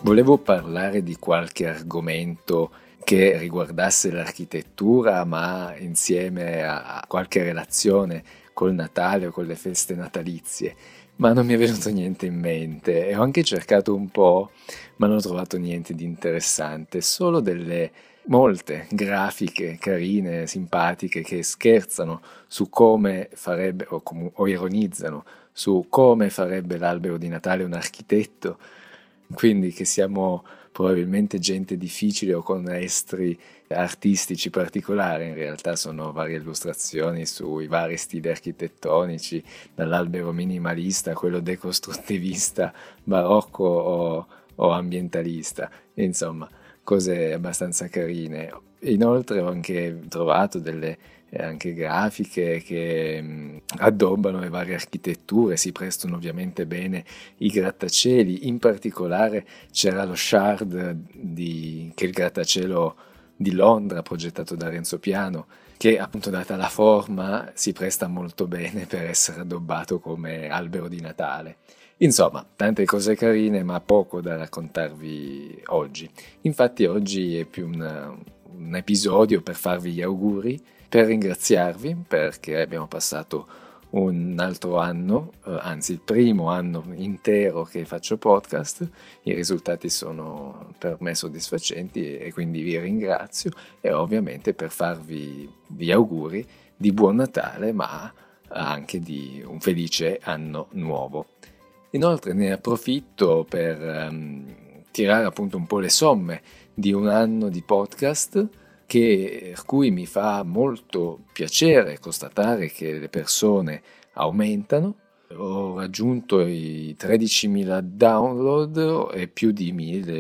Volevo parlare di qualche argomento che riguardasse l'architettura, ma insieme a qualche relazione col Natale o con le feste natalizie, ma non mi è venuto niente in mente e ho anche cercato un po', ma non ho trovato niente di interessante, solo delle molte grafiche carine, simpatiche che scherzano su come farebbe o ironizzano su come farebbe l'albero di Natale un architetto, quindi che siamo probabilmente gente difficile o con estri artistici particolari. In realtà sono varie illustrazioni sui vari stili architettonici, dall'albero minimalista a quello decostruttivista, barocco o ambientalista, insomma, cose abbastanza carine. Inoltre ho anche trovato delle anche grafiche che addobbano le varie architetture, si prestano ovviamente bene i grattacieli. In particolare c'era lo Shard, che è il grattacielo di Londra progettato da Renzo Piano, che appunto data la forma si presta molto bene per essere addobbato come albero di Natale. Insomma, tante cose carine ma poco da raccontarvi oggi. Infatti oggi è più un episodio per farvi gli auguri, per ringraziarvi perché abbiamo passato un altro anno, anzi il primo anno intero che faccio podcast. I risultati sono per me soddisfacenti e quindi vi ringrazio, e ovviamente per farvi gli auguri di buon Natale, ma anche di un felice anno nuovo. Inoltre ne approfitto per tirare appunto un po' le somme di un anno di podcast, per cui mi fa molto piacere constatare che le persone aumentano. Ho raggiunto i 13.000 download e più di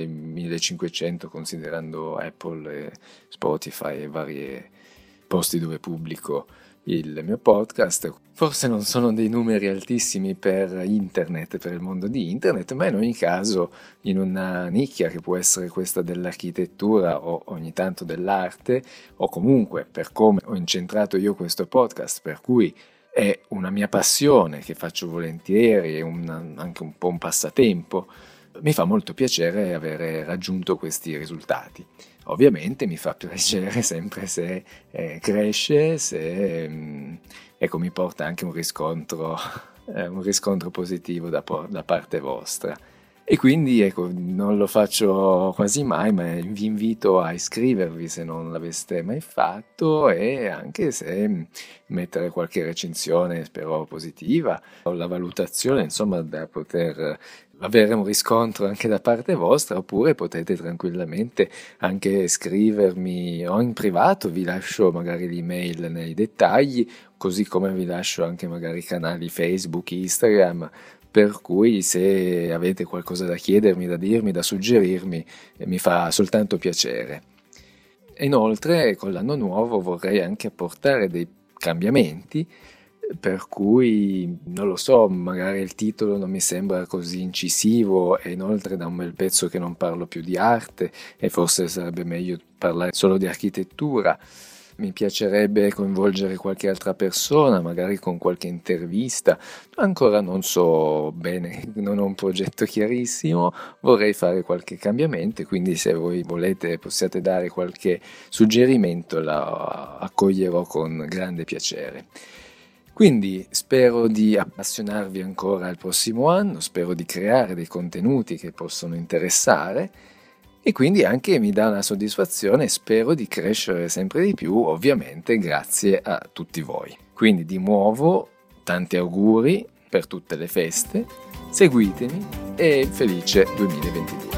1.500 considerando Apple e Spotify e vari posti dove pubblico il mio podcast. Forse non sono dei numeri altissimi per internet, per il mondo di internet, ma in ogni caso in una nicchia che può essere questa dell'architettura o ogni tanto dell'arte, o comunque per come ho incentrato io questo podcast, per cui è una mia passione che faccio volentieri, è anche un po' un passatempo, mi fa molto piacere avere raggiunto questi risultati. Ovviamente mi fa piacere sempre se cresce, se mi porta anche un riscontro positivo da parte vostra. E quindi non lo faccio quasi mai, ma vi invito a iscrivervi se non l'aveste mai fatto, e anche se mettere qualche recensione, spero positiva, o la valutazione, insomma, da poter avere un riscontro anche da parte vostra. Oppure potete tranquillamente anche scrivermi o in privato, vi lascio magari l'email nei dettagli, così come vi lascio anche magari i canali Facebook, Instagram, per cui se avete qualcosa da chiedermi, da dirmi, da suggerirmi, mi fa soltanto piacere. Inoltre con l'anno nuovo vorrei anche apportare dei cambiamenti, per cui non lo so, magari il titolo non mi sembra così incisivo, e inoltre da un bel pezzo che non parlo più di arte e forse sarebbe meglio parlare solo di architettura. Mi piacerebbe coinvolgere qualche altra persona, magari con qualche intervista. Ancora non so bene, non ho un progetto chiarissimo, vorrei fare qualche cambiamento, quindi se voi volete possiate dare qualche suggerimento, la accoglierò con grande piacere. Quindi spero di appassionarvi ancora il prossimo anno, spero di creare dei contenuti che possono interessare, e quindi anche mi dà una soddisfazione, spero di crescere sempre di più, ovviamente grazie a tutti voi. Quindi di nuovo tanti auguri per tutte le feste, seguitemi e felice 2022.